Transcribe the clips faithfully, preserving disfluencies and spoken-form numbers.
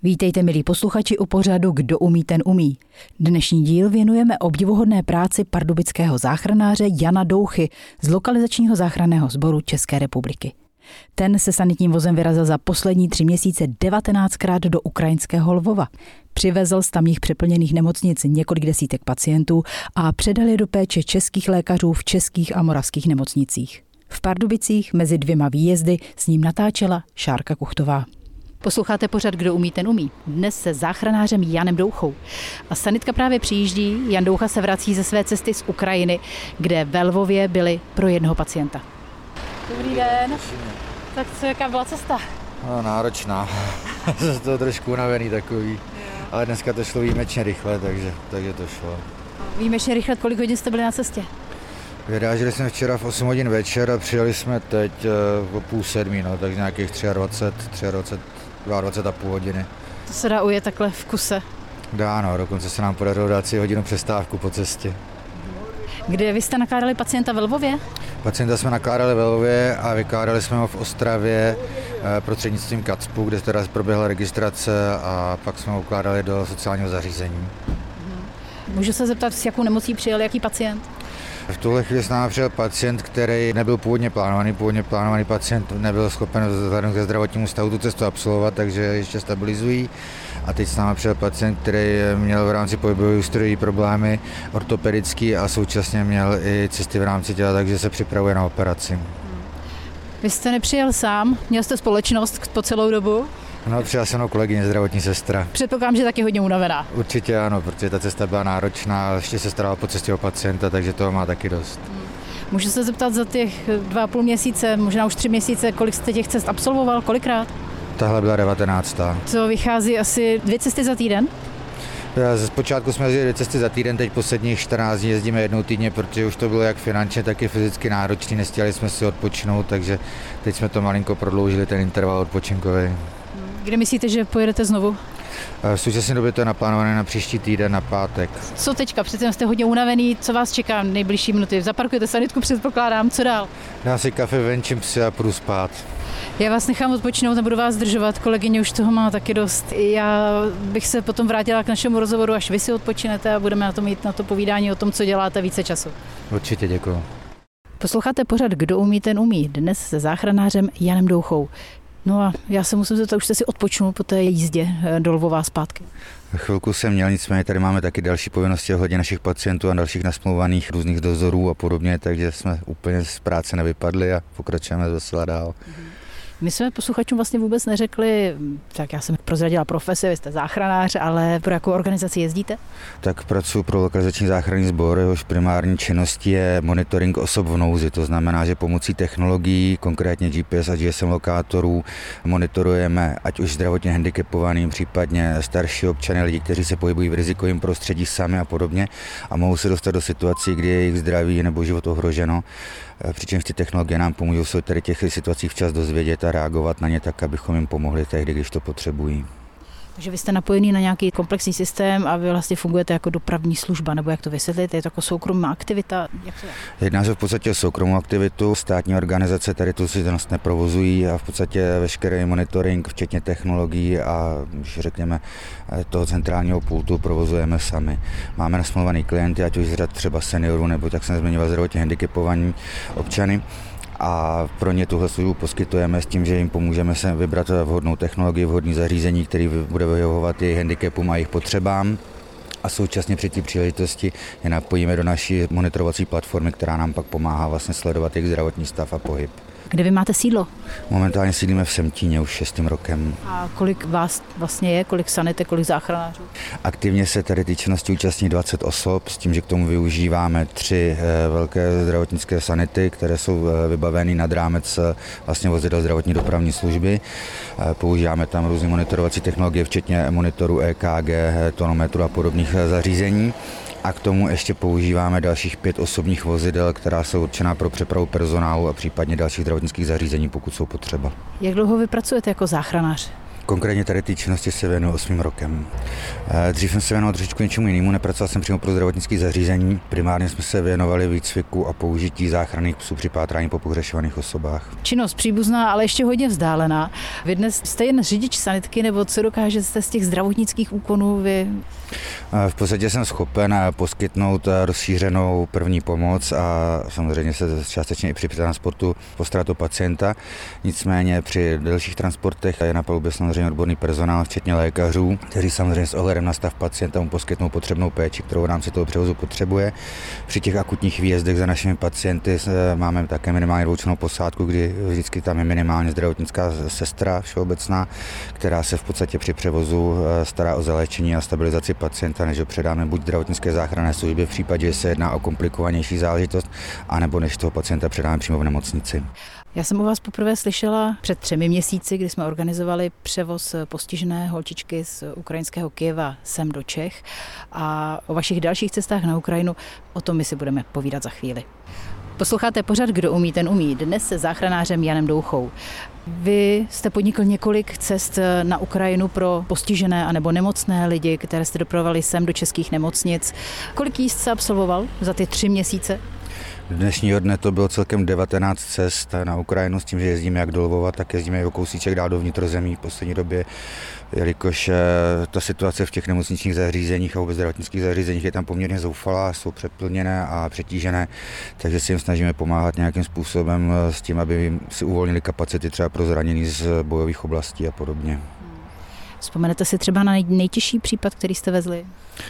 Vítejte, milí posluchači, u pořadu Kdo umí, ten umí. Dnešní díl věnujeme obdivuhodné práci pardubického záchranáře Jana Douchy z lokalizačního záchranného sboru České republiky. Ten se sanitním vozem vyrazil za poslední tři měsíce devatenáctkrát do ukrajinského Lvova. Přivezl z tamních přeplněných nemocnic několik desítek pacientů a předal je do péče českých lékařů v českých a moravských nemocnicích. V Pardubicích mezi dvěma výjezdy s ním natáčela Šárka Kuchtová. Posloucháte pořad Kdo umí, ten umí. Dnes se záchranářem Janem Douchou. A sanitka právě přijíždí, Jan Doucha se vrací ze své cesty z Ukrajiny, kde ve Lvově byli pro jednoho pacienta. Dobrý den. Tak co, jaká byla cesta? No, náročná. Jsem to trošku unavený takový. Jo. Ale dneska to šlo výjimečně rychle, takže, takže to šlo. Výjimečně rychle, kolik hodin jste byli na cestě? Vyráželi jsme včera v osm hodin večer a přijeli jsme teď o půl sedmí, no, takže nějakých dvacet tři, dvacet tři, dvacet dva a půl hodiny. To se dá ujet takhle v kuse? Dá, no, dokonce se nám podařilo dát si hodinu přestávku po cestě. Kde vy jste nakládali pacienta ve Lvově? Pacienta jsme nakládali ve Lvově a vykládali jsme ho v Ostravě prostřednictvím KACPu, kde teda proběhla registrace a pak jsme ho ukládali do sociálního zařízení. Můžu se zeptat, s jakou nemocí přijel jaký pacient? V tuhle chvíli s námi přijel pacient, který nebyl původně plánovaný. Původně plánovaný pacient nebyl schopen vzhledem ke zdravotnímu stavu tu cestu absolvovat, takže ještě stabilizují. A teď s námi přijel pacient, který měl v rámci pohybové ústrojí problémy ortopedický a současně měl i cysty v rámci těla, takže se připravuje na operaci. Vy jste nepřijel sám, měl jste společnost po celou dobu? No, přijela se mnou kolegyně, zdravotní sestra. Předpokládám, že taky hodně unavená. Určitě ano, protože ta cesta byla náročná, ještě se starala po cestě o pacienta, takže toho má taky dost. Hmm. Můžu se zeptat za těch dva a půl měsíce, možná už tři měsíce, kolik jste těch cest absolvoval, kolikrát? Tahle byla devatenáctá. Co vychází asi dvě cesty za týden? Zpočátku jsme jezdili dvě cesty za týden, teď posledních čtrnáct dní jezdíme jednou týdně, protože už to bylo jak finančně, tak i fyzicky náročný, nestihli jsme si odpočinout, takže teď jsme to malinko prodloužili, ten interval odpočinkový. Kdy myslíte, že pojedete znovu? V současné době to je naplánované na příští týden, na pátek. Co teďka? Přece jste hodně unavený, co vás čeká nejbližší minuty? Zaparkujete sanitku, předpokládám, co dál? Dám si kafe, venčím si a půjdu spát. Já vás nechám odpočinout, nebudu vás zdržovat, kolegyně už toho má taky dost. Já bych se potom vrátila k našemu rozhovoru, až vy si odpočinete a budeme na to mít na to povídání o tom, co děláte více času. Určitě, děkuji. Posloucháte pořad Kdo umí, ten umí. Dnes se záchranářem Janem Douchou. No a já se musím zeptat, už jste si odpočnul po té jízdě do Lvova zpátky? Chvilku jsem měl, nicméně tady máme taky další povinnosti ohledně našich pacientů a dalších nasmlouvaných různých dozorů a podobně, takže jsme úplně z práce nevypadli a pokračujeme zase dál. My jsme posluchačům vlastně vůbec neřekli, tak já jsem prozradila profesi, vy jste záchranář, ale pro jakou organizaci jezdíte? Tak pracuji pro lokalizační záchranný sbor, jehož primární činností je monitoring osob v nouzi, to znamená, že pomocí technologií, konkrétně G P S a G S M lokátorů, monitorujeme ať už zdravotně handicapovaným, případně starší občany, lidi, kteří se pohybují v rizikovém prostředí sami a podobně a mohou se dostat do situací, kdy je jejich zdraví nebo život ohroženo. Přičemž ty technologie nám pomůžou se tady těch situacích včas dozvědět a reagovat na ně tak, abychom jim pomohli tehdy, když to potřebují. Takže vy jste napojený na nějaký komplexní systém a vy vlastně fungujete jako dopravní služba, nebo jak to vysvětlíte? Je to jako soukromá aktivita? Jak to je? Jedná se v podstatě o soukromou aktivitu. Státní organizace tady tu činnost neprovozují a v podstatě veškerý monitoring, včetně technologií a když řekněme toho centrálního pultu, provozujeme sami. Máme nasmluvaný klienty, ať už z řad třeba seniorů, nebo tak jsem zmiňoval zdravotně handicapovaní občany. A pro ně tuhle službu poskytujeme s tím, že jim pomůžeme se vybrat vhodnou technologii, vhodné zařízení, který bude vyhovovat jejich handicapům a jejich potřebám. A současně při té příležitosti je napojíme do naší monitorovací platformy, která nám pak pomáhá vlastně sledovat jejich zdravotní stav a pohyb. Kde vy máte sídlo? Momentálně sídlíme v Semtíně už šestým rokem. A kolik vás vlastně je, kolik sanity, kolik záchranářů? Aktivně se tady té činnosti účastní dvacet osob, s tím, že k tomu využíváme tři velké zdravotnické sanity, které jsou vybaveny nad rámec vlastně vozidel zdravotní dopravní služby. Používáme tam různé monitorovací technologie, včetně monitoru E K G, tonometru a podobných zařízení. A k tomu ještě používáme dalších pět osobních vozidel, která jsou určená pro přepravu personálu a případně dalších zdravotnických zařízení, pokud jsou potřeba. Jak dlouho vy pracujete jako záchranář? Konkrétně tady té činnosti se věnuji osmým rokem. Dřív jsem se věnoval trošičku něčemu jinému, nepracoval jsem přímo pro zdravotnické zařízení. Primárně jsme se věnovali výcviku a použití záchranných psů při pátrání po pohřešovaných osobách. Činnost příbuzná, ale ještě hodně vzdálená. Vy dnes jste jen řidič sanitky, nebo co dokážete z těch zdravotnických úkonů vy? V podstatě jsem schopen poskytnout rozšířenou první pomoc a samozřejmě se částečně i při transportu postarat o pacienta. Nicméně při delších transportech je na palubě samozřejmě odborný personál, včetně lékařů, kteří samozřejmě s ohledem na stav pacienta mu poskytnou potřebnou péči, kterou v rámci toho převozu potřebuje. Při těch akutních výjezdech za našimi pacienty máme také minimálně dvoučlennou posádku, kdy vždycky tam je minimálně zdravotnická sestra všeobecná, která se v podstatě při převozu stará o zaléčení a stabilizaci pacienta, než ho předáme buď zdravotnické záchranné službě v případě, že se jedná o komplikovanější záležitost, anebo než toho pacienta předáme přímo v nemocnici. Já jsem u vás poprvé slyšela před třemi měsíci, kdy jsme organizovali převoz postižené holčičky z ukrajinského Kyjeva sem do Čech, a o vašich dalších cestách na Ukrajinu, o tom my si budeme povídat za chvíli. Posloucháte pořad Kdo umí, ten umí, dnes se záchranářem Janem Douchou. Vy jste podnikl několik cest na Ukrajinu pro postižené anebo nemocné lidi, které jste doprovali sem do českých nemocnic. Kolik jízd jste absolvoval za ty tři měsíce? Dnešního dne to bylo celkem devatenáct cest na Ukrajinu s tím, že jezdíme jak do Lvova, tak jezdíme i o kousíček dál do vnitrozemí v poslední době, jelikož ta situace v těch nemocničních zařízeních a vůbec zdravotnických zařízeních je tam poměrně zoufalá, jsou přeplněné a přetížené, takže si jim snažíme pomáhat nějakým způsobem s tím, aby si uvolnili kapacity třeba pro zranění z bojových oblastí a podobně. Vzpomenete si třeba na nejtěžší případ, který jste vezli?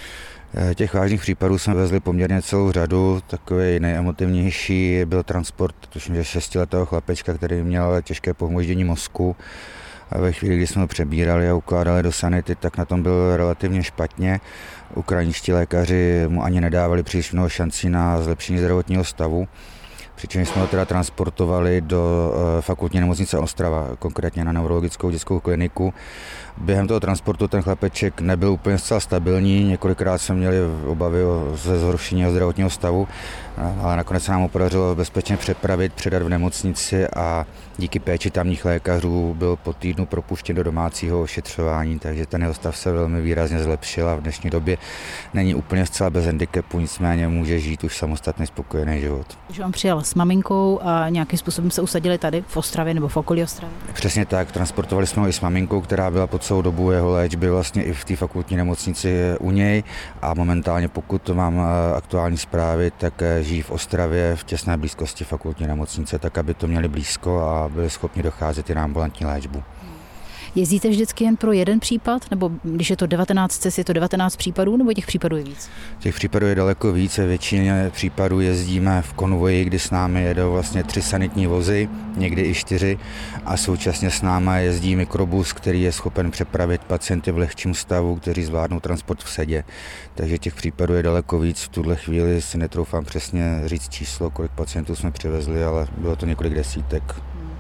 Těch vážných případů jsme vezli poměrně celou řadu. Takový nejemotivnější byl transport, tuším, že šestiletého chlapečka, který měl těžké pohmoždění mozku. A ve chvíli, kdy jsme ho přebírali a ukládali do sanity, tak na tom byl relativně špatně. Ukrajinští lékaři mu ani nedávali příliš mnoho šancí na zlepšení zdravotního stavu. Přičemž jsme ho teda transportovali do fakultní nemocnice Ostrava, konkrétně na neurologickou dětskou kliniku. Během toho transportu ten chlapeček nebyl úplně zcela stabilní, několikrát jsme měli obavy ze zhoršení jeho zdravotního stavu, ale nakonec se nám ho podařilo bezpečně přepravit, předat v nemocnici a díky péči tamních lékařů byl po týdnu propuštěn do domácího ošetřování, takže ten jeho stav se velmi výrazně zlepšil a v dnešní době není úplně zcela bez handicapu, nicméně může žít už samostatný spokojený život. Že on přijel s maminkou a nějakým způsobem se usadili tady v Ostravě nebo v okolí Ostravy? Přesně tak, transportovali jsme ho i s maminkou, která byla po celou dobu jeho léčby vlastně i v té fakultní nemocnici u něj a momentálně, pokud mám aktuální zprávy, tak žijí v Ostravě v těsné blízkosti fakultní nemocnice, tak aby to měli blízko a byli schopni docházet i na ambulantní léčbu. Jezdíte vždycky jen pro jeden případ, nebo když je to devatenáct cest, je to devatenáct případů, nebo těch případů je víc? Těch případů je daleko víc, většině případů jezdíme v konvoji, kdy s námi jedou vlastně tři sanitní vozy, někdy i čtyři, a současně s námi jezdí mikrobus, který je schopen přepravit pacienty v lehčím stavu, kteří zvládnou transport v sedě. Takže těch případů je daleko víc, v tuhle chvíli si netroufám přesně říct číslo, kolik pacientů jsme přivezli, ale bylo to několik desítek.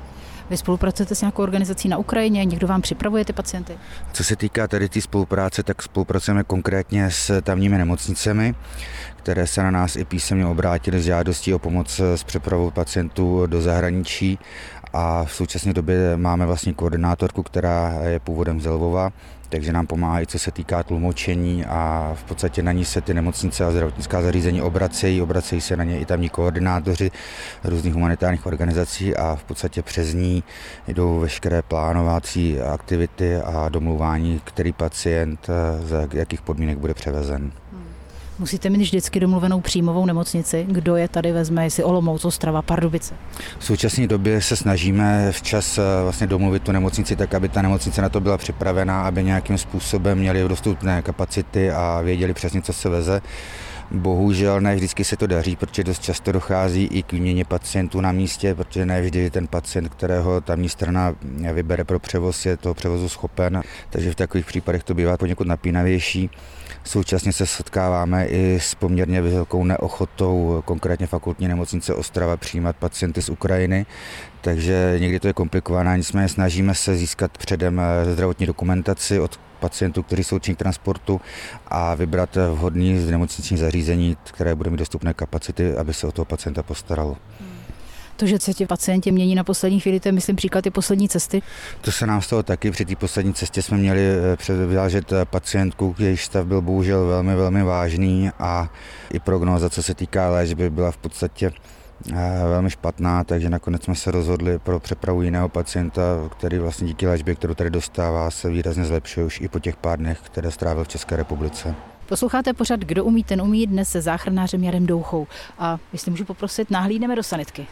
Vy spolupracujete s nějakou organizací na Ukrajině, někdo vám připravuje ty pacienty? Co se týká tady té spolupráce, tak spolupracujeme konkrétně s tamními nemocnicemi, které se na nás i písemně obrátily s žádostí o pomoc s přepravou pacientů do zahraničí, a v současné době máme vlastně koordinátorku, která je původem z Lvova, takže nám pomáhá i co se týká tlumočení, a v podstatě na ní se ty nemocnice a zdravotnická zařízení obracejí, obracejí se na ně i tamní koordinátoři různých humanitárních organizací a v podstatě přes ní jdou veškeré plánovací aktivity a domluvání, který pacient za jakých podmínek bude převezen. Musíte mít vždycky domluvenou příjmovou nemocnici, kdo je tady vezme, jestli Olomouc, Ostrava, Pardubice? V současné době se snažíme včas vlastně domluvit tu nemocnici tak, aby ta nemocnice na to byla připravená, aby nějakým způsobem měli dostupné kapacity a věděli přesně, co se veze. Bohužel ne vždycky se to daří, protože dost často dochází i k výměně pacientů na místě, protože ne vždy ten pacient, kterého tamní strana vybere pro převoz, je toho převozu schopen, takže v takových případech to bývá poněkud napínavější. Současně se setkáváme i s poměrně vysokou neochotou, konkrétně fakultní nemocnice Ostrava, přijímat pacienty z Ukrajiny, takže někdy to je komplikované, nicméně snažíme se získat předem zdravotní dokumentaci od pacientů, kteří jsou určení k transportu, a vybrat vhodný nemocniční zařízení, které bude mít dostupné kapacity, aby se o toho pacienta postaralo. To, že se ti pacienti mění na poslední chvíli, to je, myslím, příklad ty poslední cesty. To se nám stalo taky. Při té poslední cestě jsme měli předvážet pacientku, jejíž stav byl bohužel velmi, velmi vážný a i prognóza, co se týká léčby, byla v podstatě velmi špatná, takže nakonec jsme se rozhodli pro přepravu jiného pacienta, který vlastně díky léčbě, kterou tady dostává, se výrazně zlepšuje už i po těch pár dnech, které strávil v České republice. Posloucháte pořad Kdo umí, ten umí, dnes se záchranářem Janem Douchou. A jestli můžu poprosit, nahlídneme do sanitky.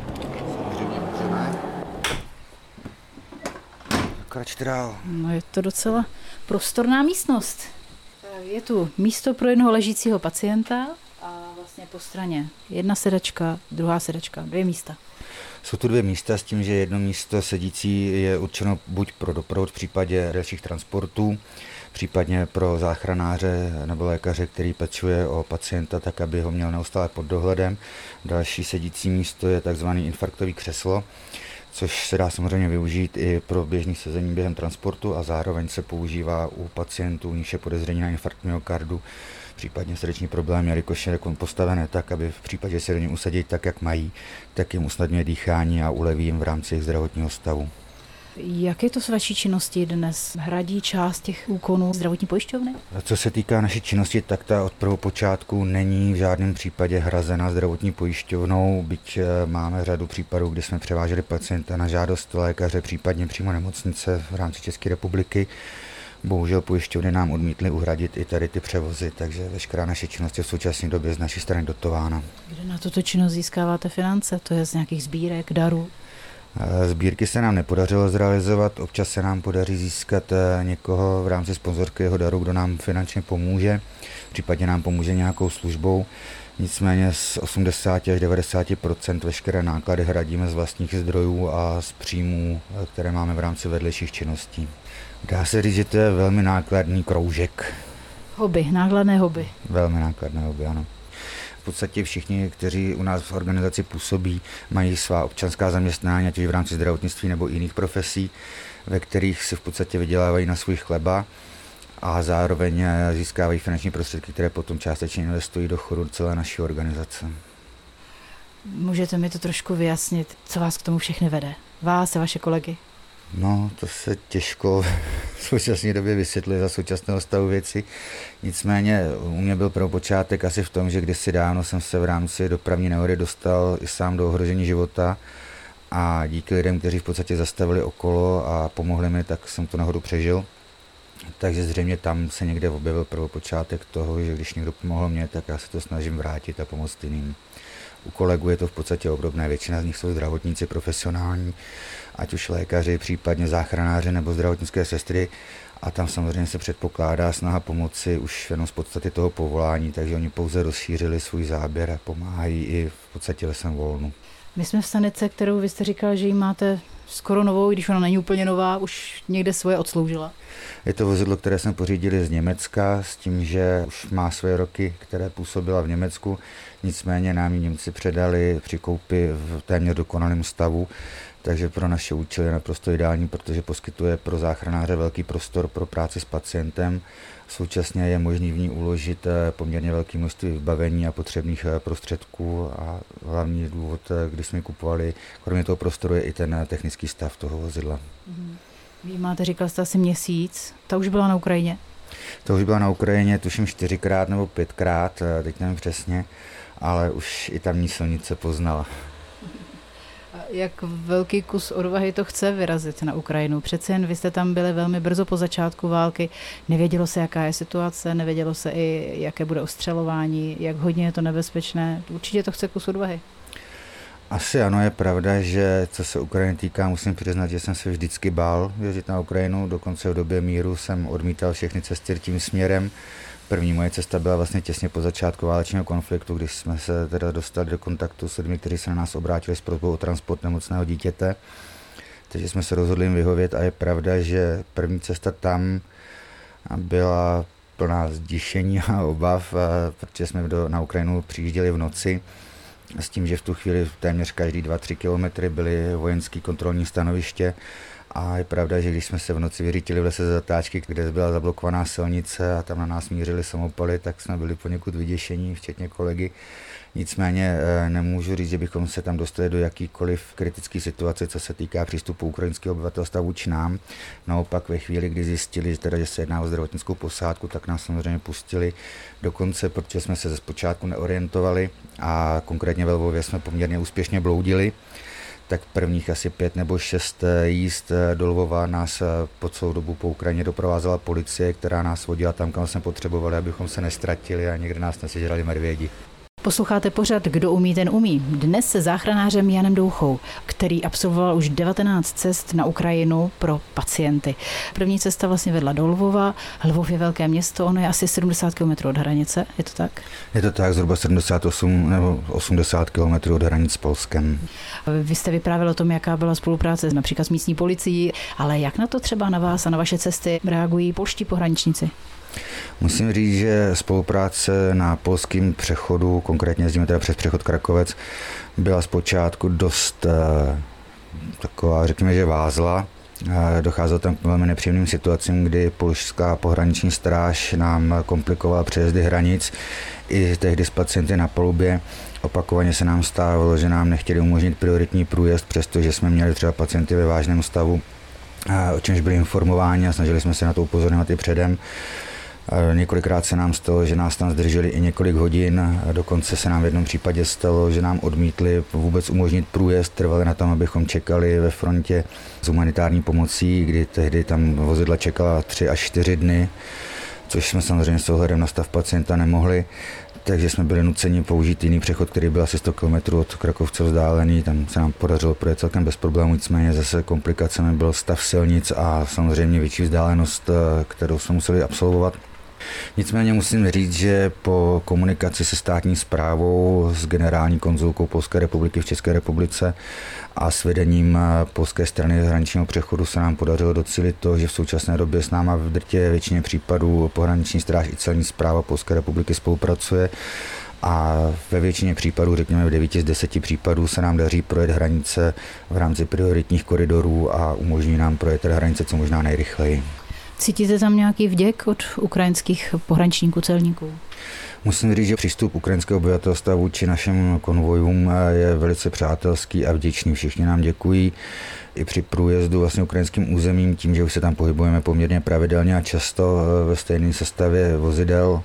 Kračte dál. No, je to docela prostorná místnost. Je tu místo pro jednoho ležícího pacienta a vlastně po straně jedna sedačka, druhá sedačka, dvě místa. Jsou tu dvě místa s tím, že jedno místo sedící je určeno buď pro doprovod v případě delších transportů, případně pro záchranáře nebo lékaře, který pečuje o pacienta, tak aby ho měl neustále pod dohledem. Další sedící místo je takzvaný infarktový křeslo, což se dá samozřejmě využít i pro běžné sezení během transportu a zároveň se používá u pacientů, u nichž je podezření na infarkt myokardu, případně srdeční problém, jelikož je postavené tak, aby v případě, že se do něj usadí tak, jak mají, tak jim usnadňuje dýchání a uleví jim v rámci jejich zdravotního stavu. Jak je to s vaší činností dnes? Hradí část těch úkonů zdravotní pojišťovny? Co se týká naší činnosti, tak ta od prvopočátku není v žádném případě hrazena zdravotní pojišťovnou, byť máme řadu případů, kdy jsme převáželi pacienta na žádost lékaře, případně přímo nemocnice v rámci České republiky. Bohužel pojišťovny nám odmítly uhradit i tady ty převozy, takže veškerá naše činnost je v současné době z naší strany dotována. Kde na tuto činnost získáváte finance? To je z nějakých sbírek, darů? Sbírky se nám nepodařilo zrealizovat, občas se nám podaří získat někoho v rámci sponzorského daru, kdo nám finančně pomůže, případně nám pomůže nějakou službou. Nicméně z osmdesát až devadesát procent veškeré náklady hradíme z vlastních zdrojů a z příjmů, které máme v rámci vedlejších činností. Dá se říct, že to je velmi nákladný kroužek. Hobby, nákladné hobby. Velmi nákladné hobby, ano. V podstatě všichni, kteří u nás v organizaci působí, mají svá občanská zaměstnání, ať už v rámci zdravotnictví nebo jiných profesí, ve kterých si v podstatě vydělávají na svůj chleba a zároveň získávají finanční prostředky, které potom částečně investují do chodu celé naší organizace. Můžete mi to trošku vyjasnit, co vás k tomu všechny vede? Vás a vaše kolegy? No, to se těžko v současné době vysvětluje za současného stavu věci. Nicméně u mě byl prvopočátek asi v tom, že kdysi dávno jsem se v rámci dopravní nehody dostal i sám do ohrožení života a díky lidem, kteří v podstatě zastavili okolo a pomohli mi, tak jsem tu nehodu přežil. Takže zřejmě tam se někde objevil prvopočátek toho, že když někdo pomohl mě, tak já se to snažím vrátit a pomoct jiným. U kolegů je to v podstatě obdobné, většina z nich jsou zdravotníci profesionální, ať už lékaři, případně záchranáři nebo zdravotnické sestry a tam samozřejmě se předpokládá snaha pomoci už jenom z podstaty toho povolání, takže oni pouze rozšířili svůj záběr a pomáhají i v podstatě ve svém volnu. My jsme v sanice, kterou vy jste říkal, že ji máte skoro novou, i když ona není úplně nová, už někde svoje odsloužila. Je to vozidlo, které jsme pořídili z Německa s tím, že už má své roky, které působila v Německu, nicméně nám ji Němci předali při koupi v téměř dokonalém stavu, takže pro naše účely je naprosto ideální, protože poskytuje pro záchranáře velký prostor pro práci s pacientem. Současně je možný v ní uložit poměrně velké množství vybavení a potřebných prostředků a hlavní důvod, když jsme ji kupovali, kromě toho prostoru je i ten technický stav toho vozidla. Vy máte, říkal jste asi měsíc, ta už byla na Ukrajině? To už byla na Ukrajině, tuším čtyřikrát nebo pětkrát, teď nevím přesně, ale už i tamní silnice poznala. Jak velký kus odvahy to chce vyrazit na Ukrajinu? Přece jen vy jste tam byli velmi brzo po začátku války, nevědělo se, jaká je situace, nevědělo se i, jaké bude ostřelování, jak hodně je to nebezpečné. Určitě to chce kus odvahy. Asi ano, je pravda, že co se Ukrajiny týká, musím přiznat, že jsem se vždycky bál jezdit na Ukrajinu, dokonce v době míru jsem odmítal všechny cesty tím směrem. První moje cesta byla vlastně těsně po začátku válečného konfliktu, když jsme se teda dostali do kontaktu s lidmi, kteří se na nás obrátili s prosbou o transport nemocného dítěte. Takže jsme se rozhodli jim vyhovět a je pravda, že první cesta tam byla plná zděšení a obav, protože jsme do, na Ukrajinu přijížděli v noci s tím, že v tu chvíli téměř každý dva tři kilometry byly vojenské kontrolní stanoviště A je pravda, že když jsme se v noci vyřítili v lese ze zatáčky, kde byla zablokovaná silnice a tam na nás mířili samopaly, tak jsme byli poněkud vyděšení, včetně kolegy. Nicméně nemůžu říct, že bychom se tam dostali do jakýkoliv kritické situace, co se týká přístupu ukrajinského obyvatelstva vůči nám. Naopak ve chvíli, kdy zjistili, že, teda, že se jedná o zdravotnickou posádku, tak nás samozřejmě pustili dokonce, protože jsme se ze zpočátku neorientovali a konkrétně ve Lvově jsme poměrně úspěšně bloudili. Tak prvních asi pět nebo šest jízd do Lvova nás po celou dobu po Ukrajině doprovázela policie, která nás vodila tam, kam jsme potřebovali, abychom se nestratili a někde nás nesežrali medvědi. Posloucháte pořad Kdo umí, ten umí. Dnes se záchranářem Janem Douchou, který absolvoval už devatenáct cest na Ukrajinu pro pacienty. První cesta vlastně vedla do Lvova. Lvov je velké město, ono je asi sedmdesát kilometrů od hranice, je to tak? Je to tak, zhruba sedmdesát osm nebo osmdesát kilometrů od hranic s Polskem. Vy jste vyprávěl o tom, jaká byla spolupráce například s místní policií, ale jak na to třeba na vás a na vaše cesty reagují polští pohraničníci? Musím říct, že spolupráce na polském přechodu, konkrétně jezdíme teda přes přechod Krakovec, byla zpočátku dost eh, taková, řekněme, že vázla. Eh, docházelo tam k velmi nepříjemným situacím, kdy polská pohraniční stráž nám komplikovala přejezdy hranic i tehdy s pacienty na palubě. Opakovaně se nám stávalo, že nám nechtěli umožnit prioritní průjezd, přestože jsme měli třeba pacienty ve vážném stavu, eh, o čemž byli informováni a snažili jsme se na to upozorňovat i předem. Několikrát se nám stalo, že nás tam zdrželi i několik hodin, dokonce se nám v jednom případě stalo, že nám odmítli vůbec umožnit průjezd, trvali na tom, abychom čekali ve frontě s humanitární pomocí, kdy tehdy tam vozidla čekala tři až čtyři dny, což jsme samozřejmě s ohledem na stav pacienta nemohli, takže jsme byli nuceni použít jiný přechod, který byl asi sto kilometrů od Krakovce vzdálený, tam se nám podařilo projet celkem bez problémů, nicméně zase komplikacemi byl stav silnic a samozřejmě větší vzdálenost, kterou jsme museli absolvovat. Nicméně musím říct, že po komunikaci se státní správou, s generální konzulkou Polské republiky v České republice a s vedením polské strany hraničního přechodu se nám podařilo docílit to, že v současné době s náma v drtě většině případů pohraniční stráž i celní správa Polské republiky spolupracuje a ve většině případů, řekněme v devíti z deseti případů, se nám daří projet hranice v rámci prioritních koridorů a umožní nám projet hranice co možná nejrychleji. Cítíte tam nějaký vděk od ukrajinských pohraničníků, celníků? Musím říct, že přístup ukrajinského obyvatelstva vůči našim konvojům je velice přátelský a vděčný. Všichni nám děkují i při průjezdu vlastně ukrajinským územím, tím, že už se tam pohybujeme poměrně pravidelně a často ve stejné sestavě vozidel,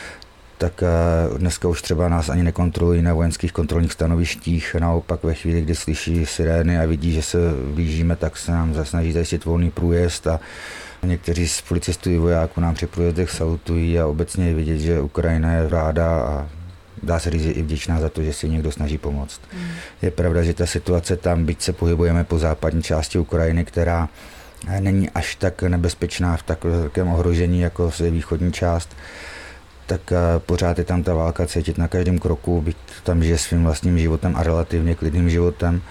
tak dneska už třeba nás ani nekontrolují na vojenských kontrolních stanovištích. Naopak ve chvíli, kdy slyší sirény a vidí, že se blížíme, tak se nám snaží zajistit volný průjezd a někteří z policistů i vojáků nám při průjezdech salutují a obecně je vidět, že Ukrajina je ráda a dá se říct, že i vděčná za to, že si někdo snaží pomoct. Mm. Je pravda, že ta situace tam, byť se pohybujeme po západní části Ukrajiny, která není až tak nebezpečná v takovém ohrožení, jako je východní část, tak pořád je tam ta válka cítit na každém kroku, byť tam žije svým vlastním životem a relativně klidným životem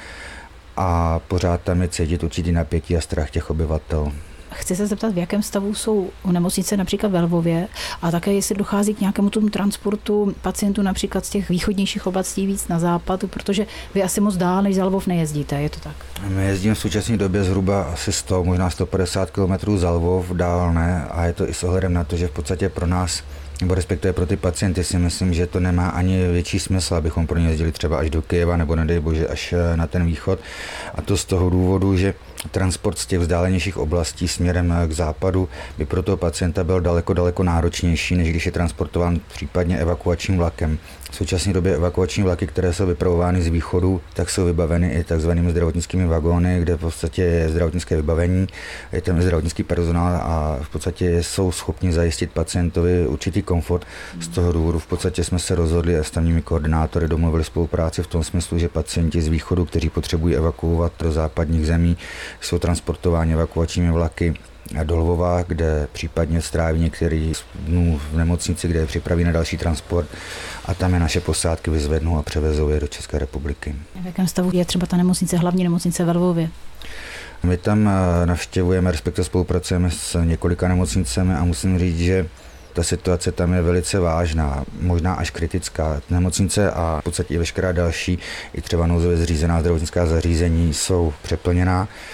a pořád tam je cítit určitý napětí a strach těch obyvatel. Chci se zeptat, v jakém stavu jsou nemocnice například ve Lvově a také jestli dochází k nějakému tomu transportu pacientů například z těch východnějších oblastí víc na západ, protože vy asi moc dál než za Lvov nejezdíte, je to tak? My jezdíme v současné době zhruba asi sto, možná sto padesát kilometrů za Lvov, dál ne, a je to i s ohledem na to, že v podstatě pro nás, nebo respektive pro ty pacienty si myslím, že to nemá ani větší smysl, abychom pro ně jezdili třeba až do Kyjeva nebo nedej bože až na ten východ. A to z toho důvodu, že transport z těch vzdálenějších oblastí směrem k západu by pro toho pacienta byl daleko, daleko náročnější, než když je transportován případně evakuačním vlakem. V současné době evakuační vlaky, které jsou vypravovány z východu, tak jsou vybaveny i takzvanými zdravotnickými vagóny, kde v podstatě je zdravotnické vybavení, je tam zdravotnický personál a v podstatě jsou schopni zajistit pacientovi určitý komfort. Z toho důvodu v podstatě jsme se rozhodli a s tamními koordinátory domluvili spolupráci v tom smyslu, že pacienti z východu, kteří potřebují evakuovat do západních zemí, jsou transportováni evakuačními vlaky do Lvova, kde případně stráví některý dnů v nemocnici, kde je připraví na další transport a tam je naše posádky vyzvednou a převezou je do České republiky. V jakém stavu je třeba ta nemocnice, hlavní nemocnice ve Lvově? My tam navštěvujeme, respektive spolupracujeme s několika nemocnicemi a musím říct, že ta situace tam je velice vážná, možná až kritická. Nemocnice a v podstatě i veškerá další, i třeba nouzově zřízená zdravotnická zařízení jsou přeplněná.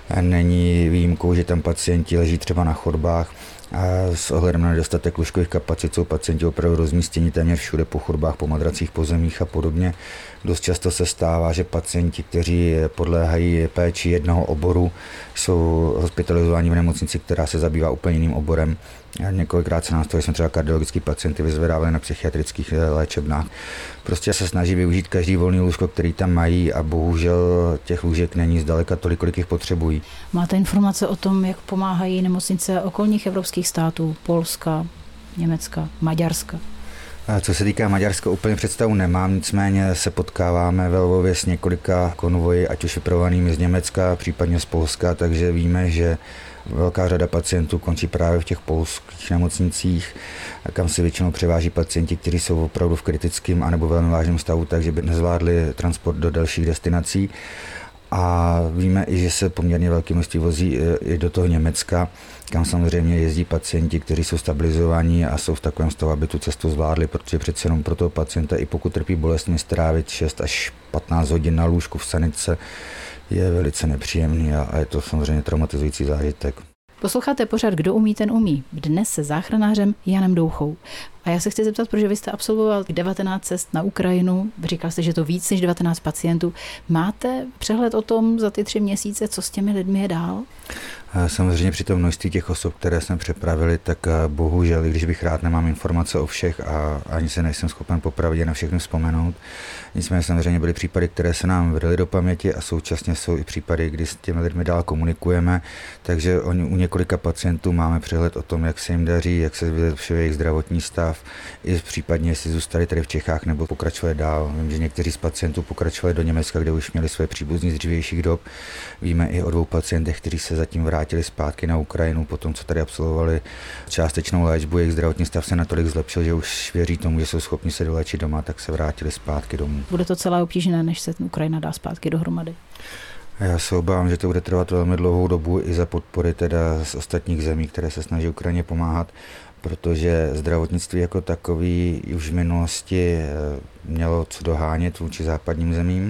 Není výjimkou, že tam pacienti leží třeba na chodbách a s ohledem na nedostatek lůžkových kapacit jsou pacienti opravdu rozmístěni téměř všude po chodbách, po madracích, po zemích a podobně. Dost často se stává, že pacienti, kteří podléhají péči jednoho oboru, jsou hospitalizováni v nemocnici, která se zabývá úplně jiným oborem. Několikrát se nás to, jsme třeba kardiologický pacienty vyzvedávali na psychiatrických léčebnách. Prostě se snaží využít každý volný lůžko, který tam mají a bohužel těch lůžek není zdaleka tolik, kolik jich potřebují. Máte informace o tom, jak pomáhají nemocnice okolních evropských států, Polska, Německa, Maďarska? Co se týká Maďarska, úplně představu nemám, nicméně se potkáváme ve Lvově s několika konvoji, ať už vypravovanými z Německa, případně z Polska, takže víme, že velká řada pacientů končí právě v těch polských nemocnicích, kam se většinou převáží pacienti, kteří jsou opravdu v kritickém anebo velmi vážném stavu, takže by nezvládli transport do dalších destinací. A víme i, že se poměrně velké množství vozí i do toho Německa, kam samozřejmě jezdí pacienti, kteří jsou stabilizovaní a jsou v takovém stavu, aby tu cestu zvládli, protože přece jenom pro toho pacienta, i pokud trpí bolestmi, strávit šest až patnáct hodin na lůžku v sanice je velice nepříjemný a je to samozřejmě traumatizující zážitek. Posloucháte pořád Kdo umí, ten umí. Dnes se záchranářem Janem Douchou. A já se chci zeptat, protože vy jste absolvoval devatenáct cest na Ukrajinu, říkal jste, že to víc než devatenáct pacientů. Máte přehled o tom za ty tři měsíce, co s těmi lidmi je dál? Samozřejmě při tom množství těch osob, které jsme přepravili, tak bohužel, i když bych rád, nemám informace o všech a ani se nejsem schopen popravdě na všechny vzpomenout. Nicméně samozřejmě byly případy, které se nám vryly do paměti a současně jsou i případy, kdy s těmi lidmi dál komunikujeme, takže u několika pacientů máme přehled o tom, jak se jim daří, jak se vylepšuje jejich zdravotní stav, i případně jestli zůstali tady v Čechách nebo pokračovali dál. Vím, že někteří z pacientů pokračovali do Německa, kde už měli své příbuzní z dřívějších dob. Víme i o dvou pacientech, kteří se zatím vrátili zpátky na Ukrajinu po tom, co tady absolvovali částečnou léčbu. Jejich zdravotní stav se natolik zlepšil, že už věří tomu, že jsou schopni se doléčit doma, tak se vrátili zpátky domů. Bude to celé obtížné, než se Ukrajina dá zpátky dohromady? Já se obávám, že to bude trvat velmi dlouhou dobu i za podpory teda z ostatních zemí, které se snaží Ukrajině pomáhat, protože zdravotnictví jako takový už v minulosti mělo co dohánět vůči západním zemím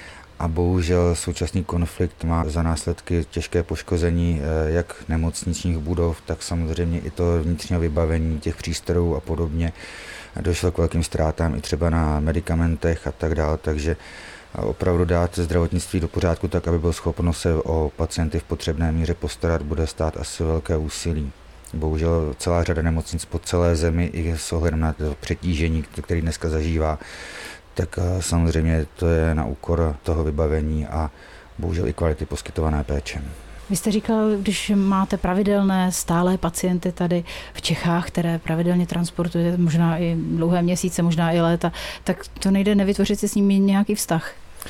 a bohužel současný konflikt má za následky těžké poškození jak nemocničních budov, tak samozřejmě i to vnitřního vybavení těch přístrojů a podobně. Došlo k velkým ztrátám i třeba na medikamentech a tak dále, takže opravdu dát zdravotnictví do pořádku tak, aby bylo schopno se o pacienty v potřebné míře postarat, bude stát asi velké úsilí. Bohužel celá řada nemocnic po celé zemi i s ohledem na to přetížení, který dneska zažívá, tak samozřejmě to je na úkor toho vybavení a bohužel i kvality poskytované péče. Vy jste říkal, když máte pravidelné stálé pacienty tady v Čechách, které pravidelně transportujete možná i dlouhé měsíce, možná i léta, tak to nejde nevytvořit si s nimi nějaký vztah?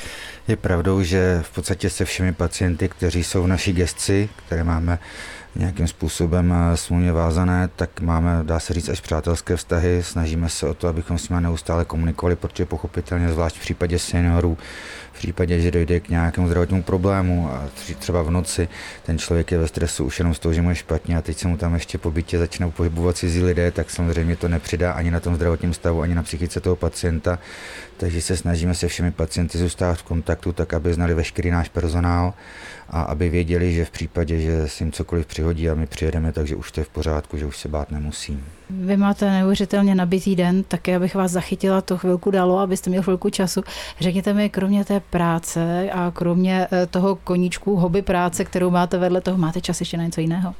Je pravdou, že v podstatě se všemi pacienty, kteří jsou v naší gesci, které máme nějakým způsobem smluvně vázané, tak máme, dá se říct, až přátelské vztahy. Snažíme se o to, abychom s nimi neustále komunikovali, protože pochopitelně, zvlášť v případě seniorů, v případě, že dojde k nějakému zdravotnímu problému a třeba v noci ten člověk je ve stresu už jenom z toho, že mu je špatně a teď se mu tam ještě po bytě začnou pohybovat cizí lidé, tak samozřejmě to nepřidá ani na tom zdravotním stavu, ani na psychice toho pacienta. Takže se snažíme se všemi pacienty zůstat v kontaktu, tak aby znali veškerý náš personál a aby věděli, že v případě, že si jim cokoliv přihodí a my přijedeme, takže už to je v pořádku, že už se bát nemusí. Vy máte neuvěřitelně nabitý den, taky abych vás zachytila, to chvilku dalo, abyste měl chvilku času. Řekněte mi, kromě té práce a kromě toho koníčku, hobby práce, kterou máte vedle toho, máte čas ještě na něco jiného?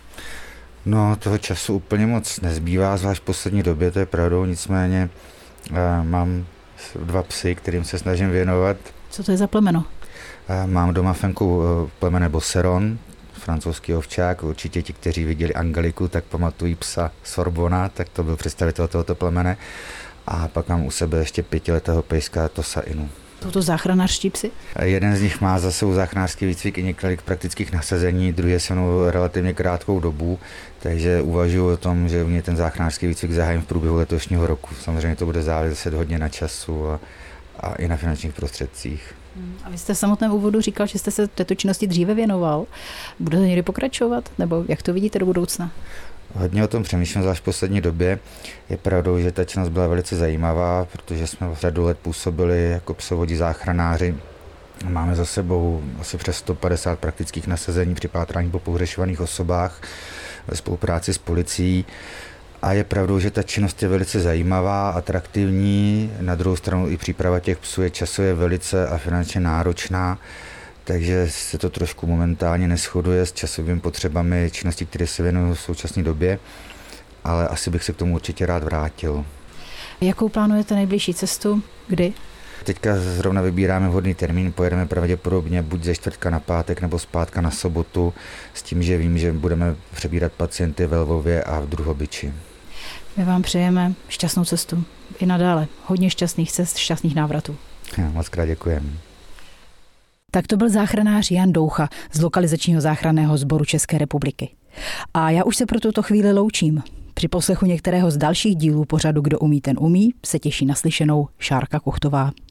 No, toho času úplně moc nezbývá, zvlášť v poslední době, to je pravdou, nicméně mám dva psy, kterým se snažím věnovat. Co to je za plemeno? Mám doma fenku plemene Bosseron, francouzský ovčák. Určitě ti, kteří viděli Angeliku, tak pamatují psa Sorbona, tak to byl představitel tohoto plemene. A pak mám u sebe ještě pětiletého pejska Tosa Inu. Jsou to záchranářští psy? Jeden z nich má za sebou záchranářský výcvik i několik praktických nasazení, druhý je se mnou relativně krátkou dobu, takže uvažuji o tom, že mě ten záchranářský výcvik zahájím v průběhu letošního roku. Samozřejmě to bude záviset hodně na času a, a i na finančních prostředcích. A vy jste v samotném úvodu říkal, že jste se této činnosti dříve věnoval. Budete někdy pokračovat? Nebo jak to vidíte do budoucna? Hodně o tom přemýšlím, zvlášť v poslední době. Je pravdou, že ta činnost byla velice zajímavá, protože jsme v řadu let působili jako psovodí záchranáři Máme za sebou asi přes sto padesát praktických nasazení při pátrání po pohřešovaných osobách ve spolupráci s policií. A je pravdou, že ta činnost je velice zajímavá, atraktivní. Na druhou stranu i příprava těch psů je časově velice a finančně náročná, takže se to trošku momentálně neshoduje s časovými potřebami činnosti, které se věnují v současné době, ale asi bych se k tomu určitě rád vrátil. Jakou plánujete nejbližší cestu? Kdy? Teďka zrovna vybíráme vhodný termín, pojedeme pravděpodobně buď ze čtvrtka na pátek nebo zpátka na sobotu, s tím, že vím, že budeme přebírat pacienty ve Lvově a v Druhobyči. My vám přejeme šťastnou cestu i nadále. Hodně šťastných cest, šťastných návratů. Já, moc krát děkujeme. Tak to byl záchranář Jan Doucha z lokalizačního záchranného sboru České republiky. A já už se pro tuto chvíli loučím. Při poslechu některého z dalších dílů pořadu Kdo umí, ten umí se těší na slyšenou Šárka Kuchtová.